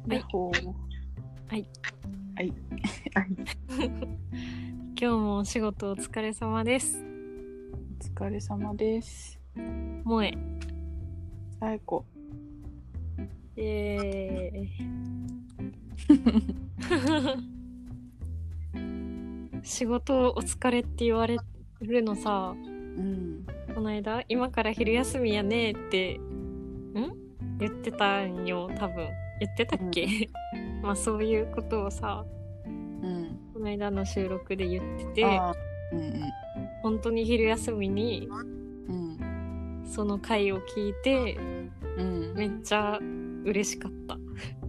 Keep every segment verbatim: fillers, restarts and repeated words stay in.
ヤッホー。 はいはい。 今日もお仕事お疲れ様です。 お疲れ様です。 萌え。 さえこ。 イエーイ。仕事お疲れって言われるのさ、 うん。 この間今から昼休みやねってん言ってたんよ。多分言ってたっけ、うん、まあそういうことをさ、 うん、 この間の収録で言ってて、 うんうん、 本当に昼休みに、 うん、 その回を聞いて、 うん、 めっちゃ嬉しかった。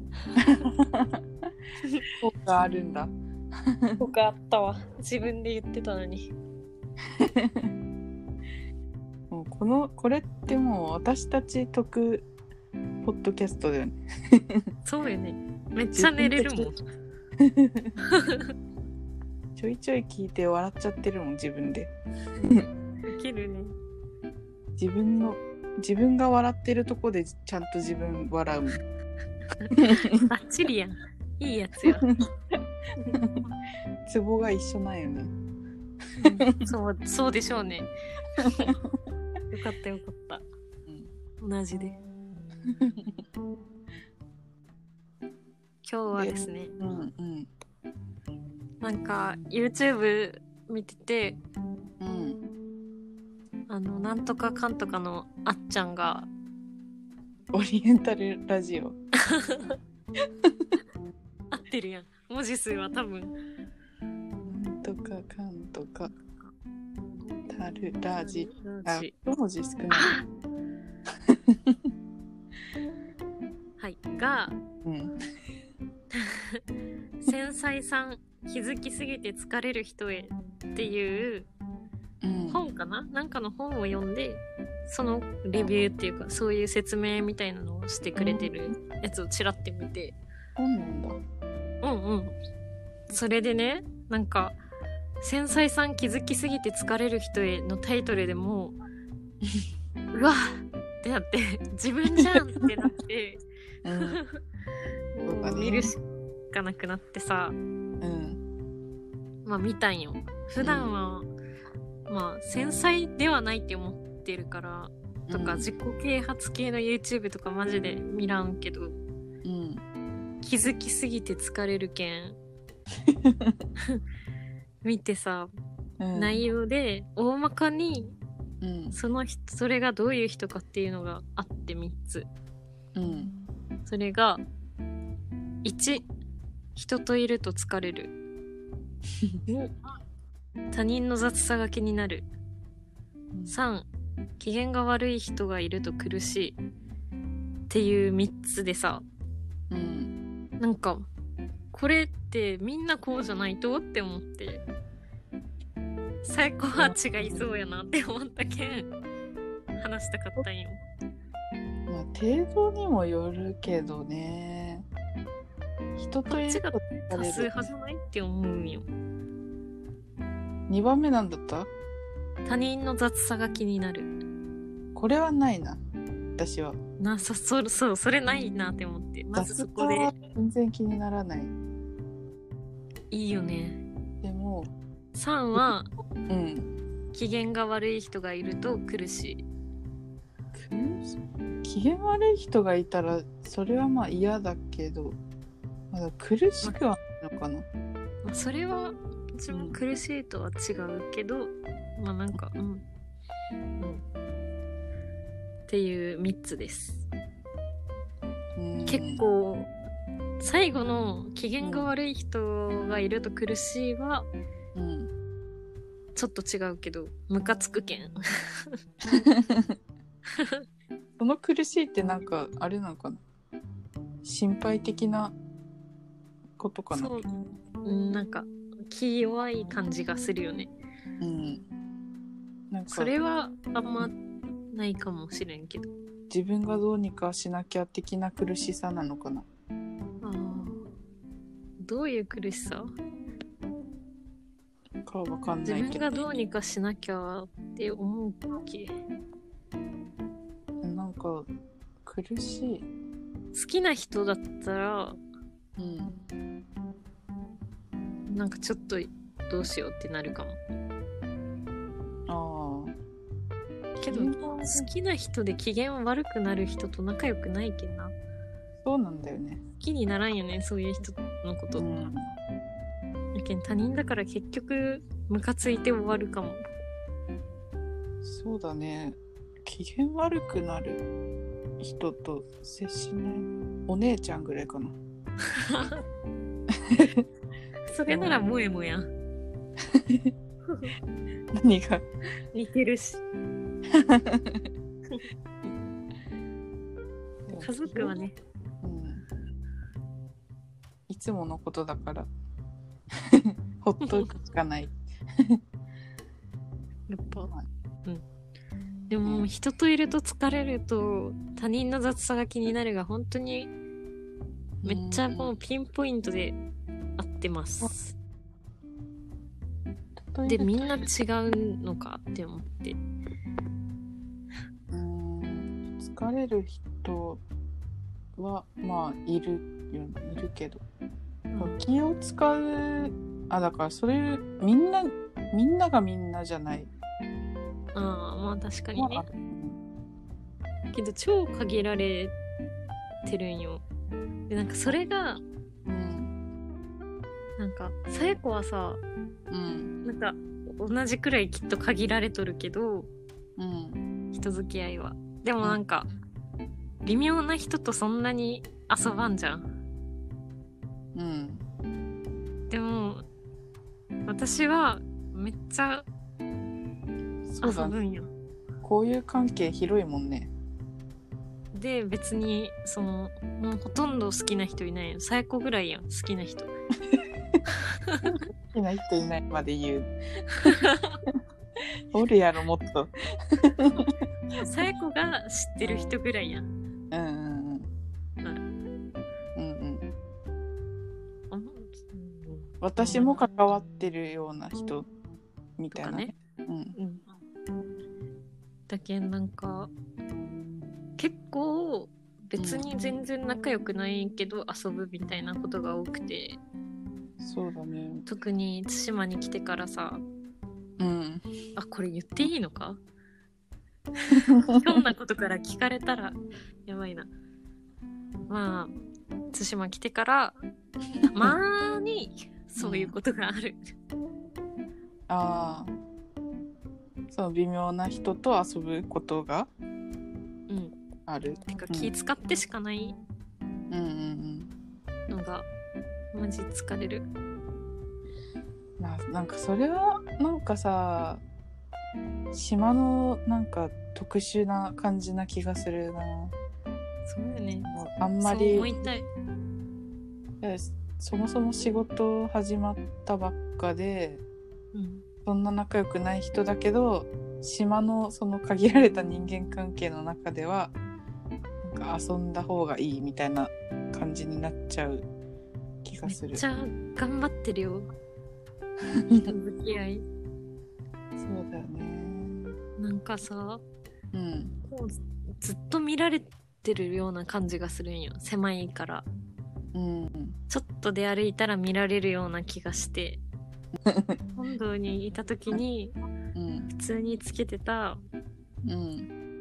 効果あるんだ。 効果あったわ。自分で言ってたのに。 もうこのこれってもう私たち得ポッドキャストだよね。 そうよね。めっちゃ寝れるもん。 ちょいちょい聞いて笑っちゃってるもん自分で。 ウケるね。 自分の自分が笑ってるとこでちゃんと自分笑うもん。 バッチリやん。いいやつや。 ツボが一緒なんよね。 うん、そうそうでしょうね。よかったよかった。うん、同じで。今日はですね。 うんうん。 なんか YouTube 見てて、 うん、 あのなんとかかんとかのあっちゃんがオリエンタルラジオ合ってるやん。文字数は多分なんとかかんとかタルラジあ文字少ないはいが、 うん、 繊細さん気づきすぎて疲れる人へっていう本かな、うん、なんかの本を読んでそのレビューっていうかそういう説明みたいなのをしてくれてるやつをちらって見て、 本なんだ。 うんうん。それでね、なんか繊細さん気づきすぎて疲れる人へのタイトルでもうわっってなって自分じゃんってなって、うん、もう見るしかなくなってさ、うん、まあ見たんよ。普段は、うん、まあ繊細ではないって思ってるからとか、うん、自己啓発系の YouTube とかマジで見らんけど、うん、気づきすぎて疲れるけん見てさ、うん、内容で大まかに、うん、その人それがどういう人かっていうのがあってみっつ、うん、それがいち人といると疲れるに他人の雑さが気になる、さん機嫌が悪い人がいると苦しいっていうみっつでさ、うん、なんかこれってみんなこうじゃないとって思って最高は違いそうやなって思ったけん話したかったんよ。 まあ程度にもよるけどね。人といると多数派じゃないって思うんよ。 にばんめなんだった？ 他人の雑さが気になる。 これはないな。私はなさそうそうそれないなって思って、まずそこで全然気にならない。 いいよね。でもさんは、 うん、 機嫌が悪い人がいると苦しい。 苦しい。機嫌悪い人がいたらそれはまあ嫌だけど、まだ苦しくはないのかな。 まあ、それは私も苦しいとは違うけど、うん、まあなんかうん、うん、っていうみっつです。うん、結構最後の機嫌が悪い人がいると苦しいは、うん、ちょっと違うけどムカつくけんその苦しいってなんかあれなのかな、心配的なことかな。 そう、うん、なんか気弱い感じがするよね。うん、なんかそれはあんまないかもしれんけど、 自分がどうにかしなきゃ的な苦しさなのかな。 あ、どういう苦しさかわかんないけど、 自分がどうにかしなきゃって思うっけ。 なんか苦しい。 好きな人だったらうん、 なんかちょっとどうしようってなるかも。ああけど好きな人で機嫌悪くなる人と仲良くないけんな。 そうなんだよね。 好きにならんよね、そういう人のこと。うん、やけん他人だから結局ムカついて終わるかも。 そうだね。機嫌悪くなる人と接しないお姉ちゃんぐらいかな。 それならもえもや。 何が似てるし。家族はね、 うん、いつものことだからほっとくしかない。 やっぱ、うん。でも人といると疲れると他人の雑さが気になるが本当にめっちゃもうピンポイントで合ってます。でみんな違うのかって思って。 うーん、疲れる人はまあいるよいるけど、うん、気を使うあだからそれみんなみんながみんなじゃない。 ああまあ確かにね。けど超限られてるんよ。でなんかそれが、うん、なんかさや子はさ、うん、なんか同じくらいきっと限られとるけど、うん、人付き合いはでもなんか、うん、微妙な人とそんなに遊ばんじゃん。うん。でも私はめっちゃ遊ぶんよ。 こういう関係広いもんね。 で別にそのもうほとんど好きな人いないよ。最高ぐらいやん好きな人。好きな人いないまで言う。おるやろもっと。 最高が知ってる人ぐらいやん。うんうんうん。はい。 うんうん。私も関わってるような人みたいなね。うん。うん。 だけんなんか結構別に全然仲良くないけど遊ぶみたいなことが多くて、 うん、そうだね。 特に対馬に来てからさ、 うん、 あこれ言っていいのか？ひょんなことから聞かれたらやばいな。まあ対馬来てからたまにそういうことがある。うん、 ああ。その微妙な人と遊ぶことがある。 てか気使ってしかないのがマジ疲れる。 まあなんかそれはなんかさ島のなんか特殊な感じな気がするな。 そうよね。 あんまりそう思いたい。 そもそも仕事始まったばっかで、うん、そんな仲良くない人だけど島のその限られた人間関係の中ではなんか遊んだ方がいいみたいな感じになっちゃう気がする。 めっちゃ頑張ってるよ。人付き合い。 そうだよね。 なんかさ、うん、こうずっと見られてるような感じがするんよ。狭いから、うん、ちょっと出歩いたら見られるような気がして本堂にいた時に、うん、普通につけてた、うん、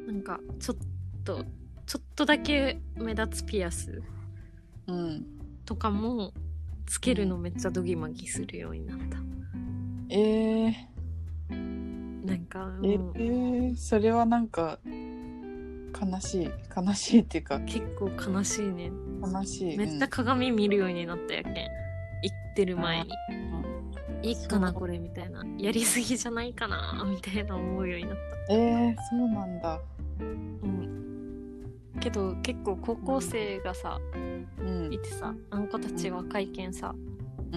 なんかちょっとちょっとだけ目立つピアス、うん、とかもつけるのめっちゃドギマギするようになった。 えー、 なんか、うん、 えー、それはなんか悲しい悲しいっていうか結構悲しいね。 悲しい。 めっちゃ鏡見るようになったやけん、行ってる前に。いいかなこれみたいな、やりすぎじゃないかなみたいな思うようになった。 えー、そうなんだ。 うん。けど結構高校生がさ、うん、いてさ、あの子たち若いけんさ、うん、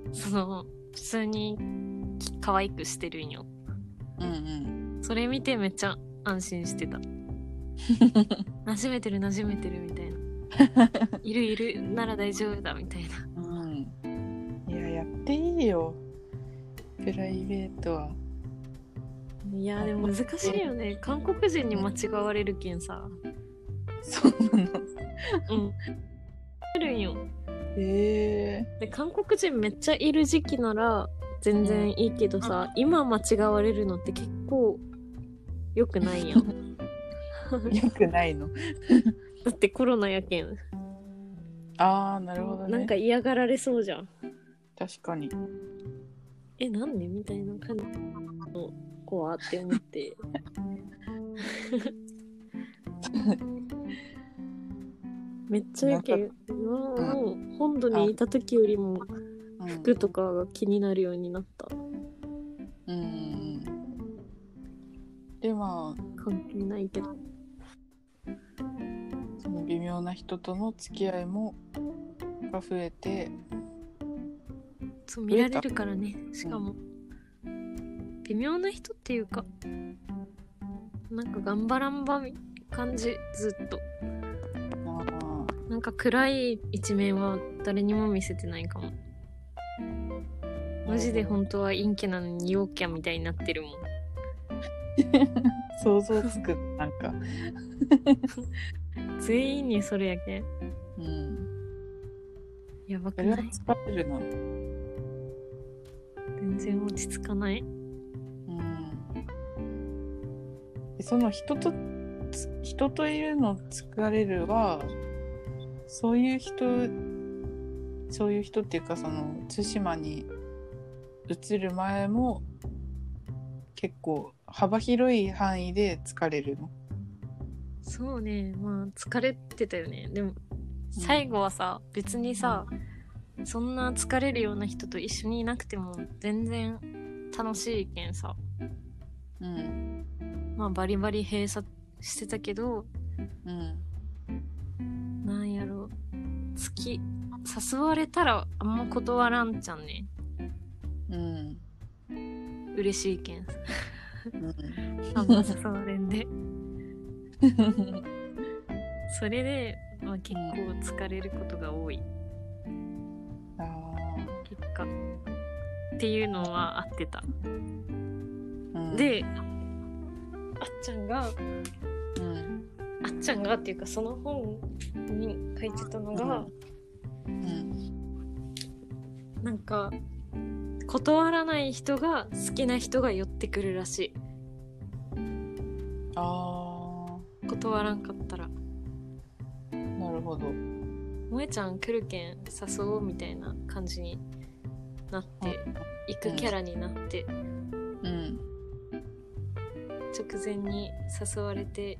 その普通に可愛くしてるんよ。うんうん。それ見てめっちゃ安心してた。馴染めてる馴染めてるみたいな。いるいるなら大丈夫だみたいな。うん。 いややっていいよ。プライベートは。 いやでも難しいよね。韓国人に間違われるけんさ。 そうなの。 うん。あるんよ。 へえ。 で韓国人めっちゃいる時期なら全然いいけどさ、うん、今間違われるのって結構良くないやん。 良くないの。 だってコロナやけん。 ああ、なるほどね。 なんか嫌がられそうじゃん。 確かに。 え、なんでみたいな感じの子はって思って。めっちゃやけん。もう本土にいた時よりも服とかが気になるようになった。 うん。うん、でまあ関係ないけど。 その微妙な人との付き合いもが増えて。 そう見られるからね。しかも、うん、微妙な人っていうかなんか頑張らんば感じずっと。なんか暗い一面は誰にも見せてないかも。マジで本当は陰キャなのに陽キャみたいになってるもん。 想像つく。なんか全員にそれやけん。 うん。 やばくない？ それは疲れるな。 全然落ち着かない。うん。 その人と人といるの疲れるはそういう人そういう人っていうかその対馬に移る前も結構幅広い範囲で疲れるの？ そうね、まあ疲れてたよね。でも最後はさ、うん、別にさそんな疲れるような人と一緒にいなくても全然楽しいけんさ、うん、まあバリバリ閉鎖してたけど、うん、なんやろ月誘われたらあんま断らんちゃんね。うん。嬉しいけん。うん、あんま誘われんで。それで、まあ、結構疲れることが多い。あ結果っていうのはあってた。うん、で、あっちゃんが、うん、あっちゃんがっていうかその本に書いてたのが、うんうん、なんか断らない人が好きな人が寄ってくるらしい。あー、断らんかったら。 なるほど。 萌えちゃん来るけん誘おうみたいな感じになって、行くキャラになって、うん、直前に誘われて、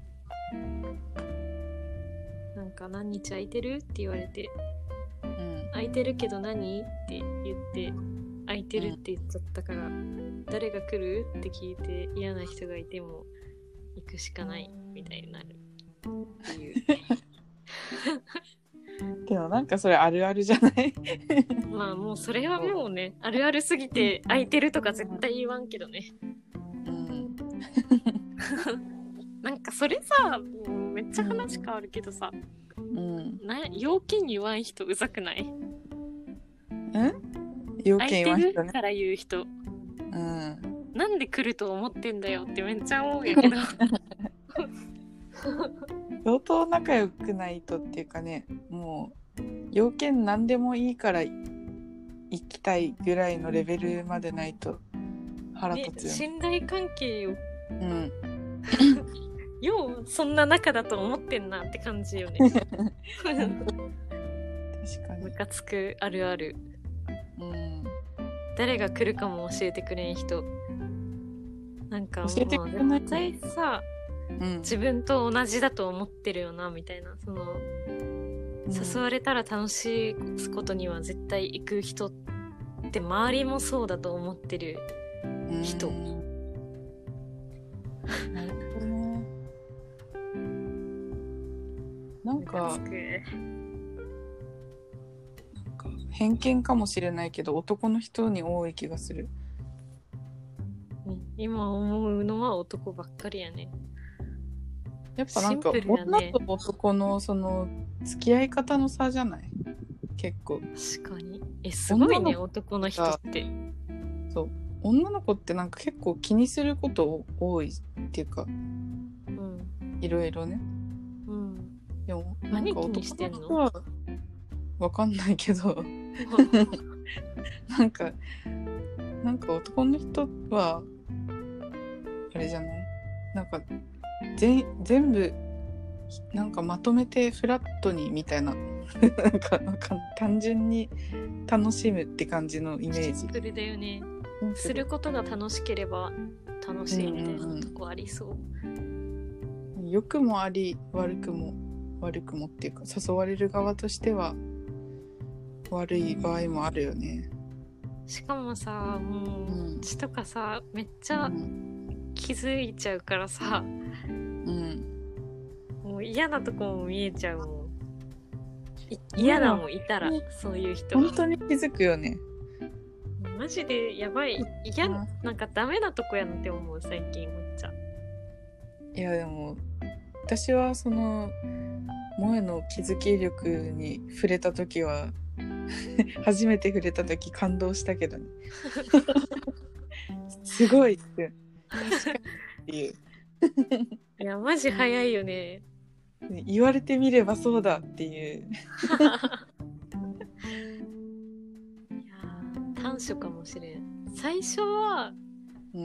なんか何日空いてるって言われて、うん、空いてるけど何って言って空いてるって言っちゃったから、うん、誰が来るって聞いて嫌な人がいても行くしかないみたいになるっていう。 けどなんかそれあるあるじゃない？ まあもうそれはもうねあるあるすぎて空いてるとか絶対言わんけどね。うん。なんかそれさもうめっちゃ話変わるけどさ、うん、な要件言わん人うざくない？ ん？要件言わん人ね。空いてるから言う人。うん。なんで来ると思ってんだよってめっちゃ思うんやけど。 相当仲良くないとっていうかね、もう要件何でもいいから行きたいぐらいのレベルまでないと腹立つよ、ね。 信頼関係よ。うん。ようそんな仲だと思ってんなって感じよね。確かに。 ムカつくあるある。うん。誰が来るかも教えてくれん人。なんかもう教えてくれない。 絶対さ。うん、自分と同じだと思ってるよなみたいなその、うん、誘われたら楽しいことには絶対行く人って周りもそうだと思ってる人、うん、なるほどね。 なんかなんか偏見かもしれないけど男の人に多い気がする。 今思うのは男ばっかりやね。 やっぱなんか女と男のその付き合い方の差じゃない？結構。 確かに。え、すごいね、男の人って。 そう。女の子ってなんか結構気にすること多いっていうか、うん、いろいろね。うん。でもなんか男の人はわかんないけどなんかなんか男の人はあれじゃない、なんかぜ全部なんかまとめてフラットにみたいななんかなんか単純に楽しむって感じのイメージ。 それだよね。することが楽しければ楽しいみたいなとこありそう。 うんうん、良くもあり悪くも悪くもっていうか、誘われる側としては悪い場合もあるよね。 しかもさ、もう血、うん、とかさめっちゃ気づいちゃうからさ、うん、もう嫌なとこも見えちゃうもん。嫌だもん、いたら、そういう人本当に気づくよね。 マジでやばい。いや、なんかダメなとこやなって思う最近めっちゃ。 いやでも私はその萌の気づき力に触れた時は初めて触れた時感動したけどねすごいって確かにっていういやマジ早いよね。 言われてみればそうだっていういや短所かもしれん。最初は、うん、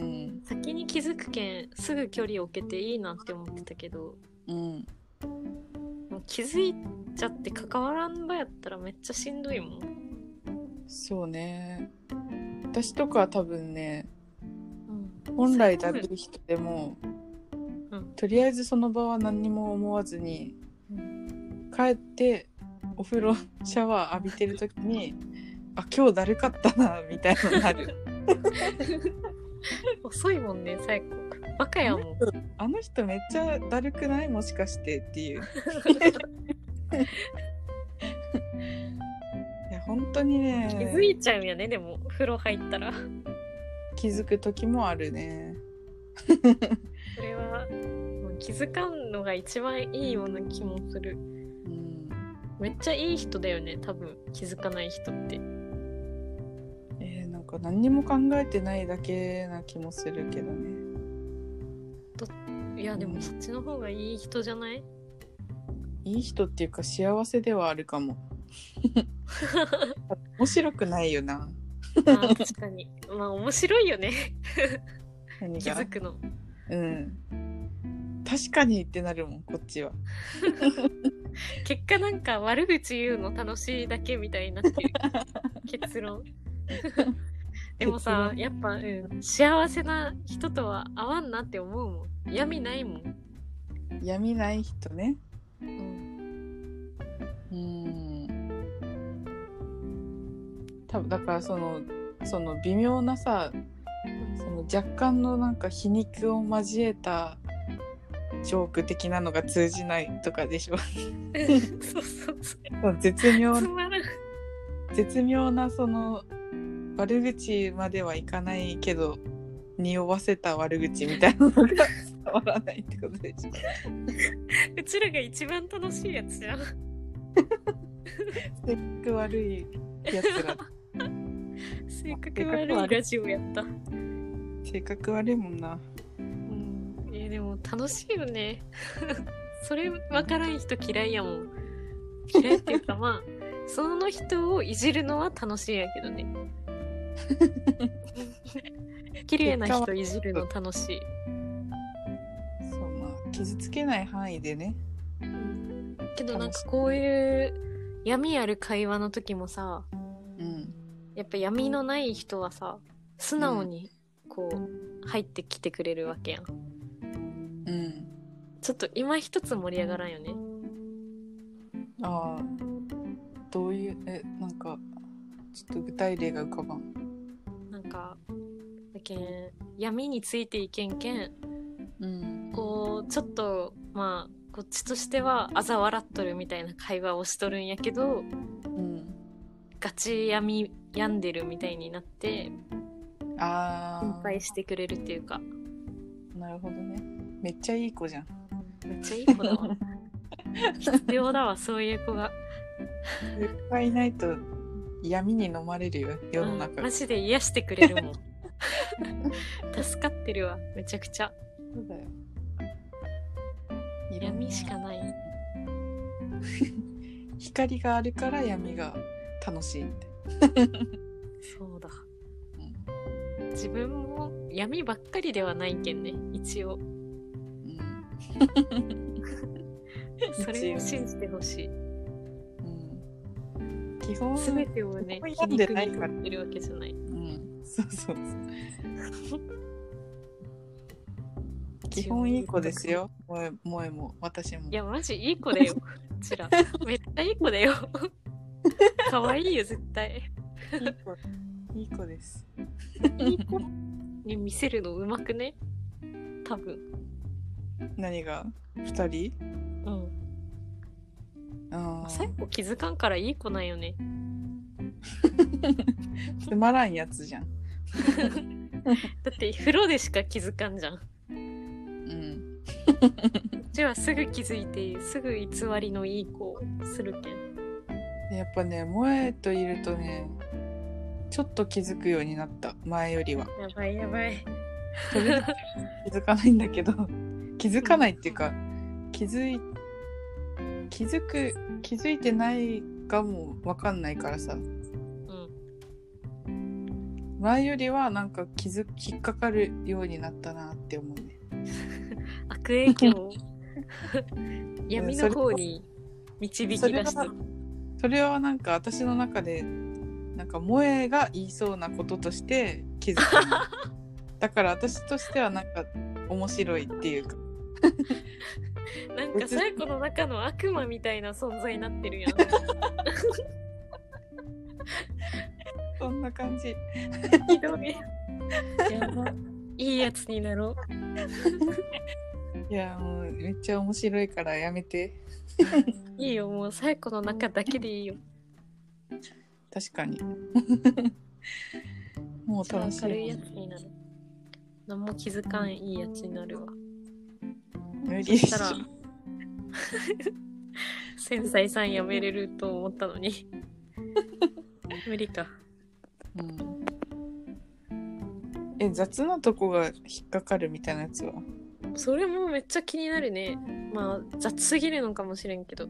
先に気づくけんすぐ距離を置けていいなって思ってたけど、うん、もう気づいちゃって関わらんばやったらめっちゃしんどいもん。 そうね。私とかは多分ね、うん、本来だるい人でも、うん、とりあえずその場は何にも思わずに、うん、帰ってお風呂シャワー浴びてる時にあ今日だるかったなみたいななる遅いもんね最高。バカやもん。 あの人めっちゃだるくないもしかしてっていういや本当にね気づいちゃうんやね。でも風呂入ったら気づく時もあるねそれはもう気づかんのが一番いいような気もする、うん、めっちゃいい人だよね多分気づかない人って。 えー、なんか何にも考えてないだけな気もするけどね。 どいやでもそっちの方がいい人じゃない？ いい人っていうか幸せではあるかも面白くないよなあ確かにまあ面白いよね気づくの。 うん確かにってなるもんこっちは結果なんか悪口言うの楽しいだけみたいになってる結論でもさやっぱ、うん、幸せな人とは合わんなって思うもん。闇ないもん。 闇ない人ね。うんうん多分だからそのその微妙なさその若干のなんか皮肉を交えたジョーク的なのが通じないとかでしょそうそうそう絶妙絶妙なその悪口まではいかないけど匂わせた悪口みたいなのが伝わらないってことでしょうちらが一番楽しいやつじゃん性格悪いやつら性格悪いラジオやった。 性格悪いもんな。 うんえー、でも楽しいよねそれ分からん人嫌いやもん。嫌いっていうかまあその人をいじるのは楽しいやけどね綺麗な人いじるの楽しい。 そうまあ傷つけない範囲でね。 けどなんかこういう闇ある会話の時もさ、うん、やっぱ闇のない人はさ素直にこう入ってきてくれるわけやん。うん。ちょっと今一つ盛り上がらんよね。 ああどういうえなんかちょっと具体例が浮かばん。 なんかだけん闇についていけんけん、うん、こうちょっとまあこっちとしては嘲笑っとるみたいな会話をしとるんやけど、うん、ガチ闇病んでるみたいになってあ心配してくれるっていうか。 なるほどね。めっちゃいい子じゃん。 めっちゃいい子だわ必要だわそういう子がいっぱいいないと闇に飲まれるよ世の中、 うん、マジで癒してくれるもん助かってるわめちゃくちゃ。そうだよ闇しかない光があるから闇が楽しいってそうだ、うん、自分も闇ばっかりではないけんね一応、うん、それを信じてほしい、うん、基本全てをね皮肉に取ってるわけじゃない、うん、 そうそうそう基本いい子ですよ。萌え、萌えも私も。 いやマジいい子だよ。こちらめっちゃいい子だよ。可愛いよ絶対。 いい子、いい子です。 いい子に見せるのうまくね。多分。 何が？二人？うん。 ああ。最後気づかんからいい子なんよね。 つまらんやつじゃん。 だって風呂でしか気づかんじゃん。こっちはすぐ気づいてすぐ偽りのいい子をするけん。 やっぱね萌えといるとねちょっと気づくようになった前よりは。 やばいやばい。 それ気づかないんだけど気づかないっていうか、うん、気づい気づく気づいてないかも分かんないからさ、うん、前よりはなんか気づ引っかかるようになったなって思うね。 悪影響闇の方に導き出した。 それは、それはなんか私の中でなんか萌えが言いそうなこととして気づくだから私としてはなんか面白いっていうかなんかサイコの中の悪魔みたいな存在になってるやんそんな感じ。 ひどい。やばいいやつになろう。 いやもうめっちゃ面白いからやめて。 いいよもうサイコの中だけでいいよ。 確かに。もう楽しい。 軽いやつになる。何も気づかんいいやつになるわ。 無理したら繊細さんやめれると思ったのに無理か。うん。 え雑なとこが引っかかるみたいなやつは？ それもめっちゃ気になるね。まあ雑すぎるのかもしれんけど。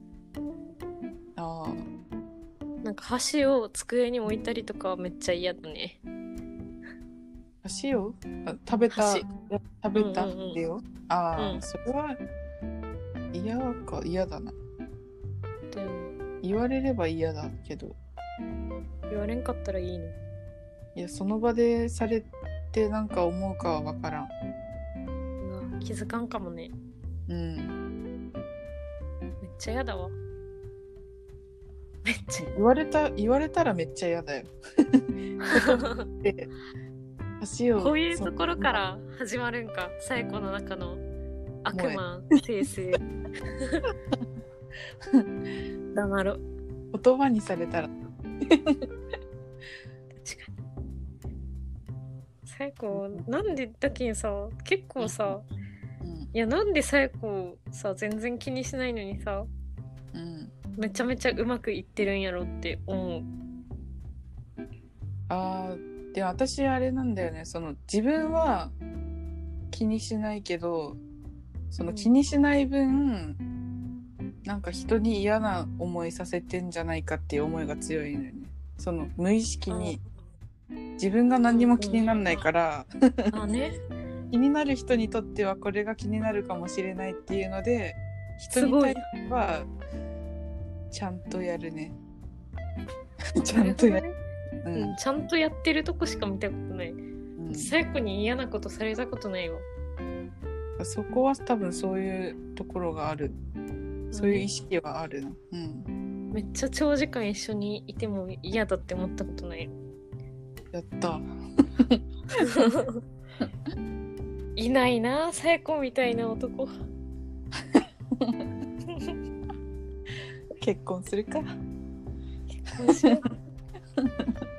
ああ。なんか箸を机に置いたりとかはめっちゃ嫌だね。 箸を食べた食べたんでよ、うんうんうん、ああ、うん、それは嫌か嫌だな。で言われれば嫌だけど言われんかったらいいの。 いやその場でされてなんか思うかは分からん。 うわ気づかんかもね。うんめっちゃ嫌だわ。めっちゃ言われた言われたらめっちゃ嫌だよで足をこういうところから始まるんか。サイコの中の悪魔生成黙ろ。 言葉にされたら確かにサイコなんでだけにさ結構さ、うん、いやなんでサイコさ全然気にしないのにさ、うん、めちゃめちゃうまくいってるんやろって思う。 あーで私あれなんだよね。その自分は気にしないけどその気にしない分、うん、なんか人に嫌な思いさせてんじゃないかっていう思いが強いのよね。その無意識に自分が何にも気にならないから、うんうんあ、ね、気になる人にとってはこれが気になるかもしれないっていうので人に対してはちゃんとやるね。ちゃんとやる、 うんうん、ちゃんとやってるとこしか見たことない。うん、最後に嫌なことされたことないわ。 そこは多分そういうところがある。そういう意識はあるな。うん。 めっちゃ長時間一緒にいても嫌だって思ったことない。 やった。 いないな、サイコみたいな男。 結婚するか。 結婚しよう。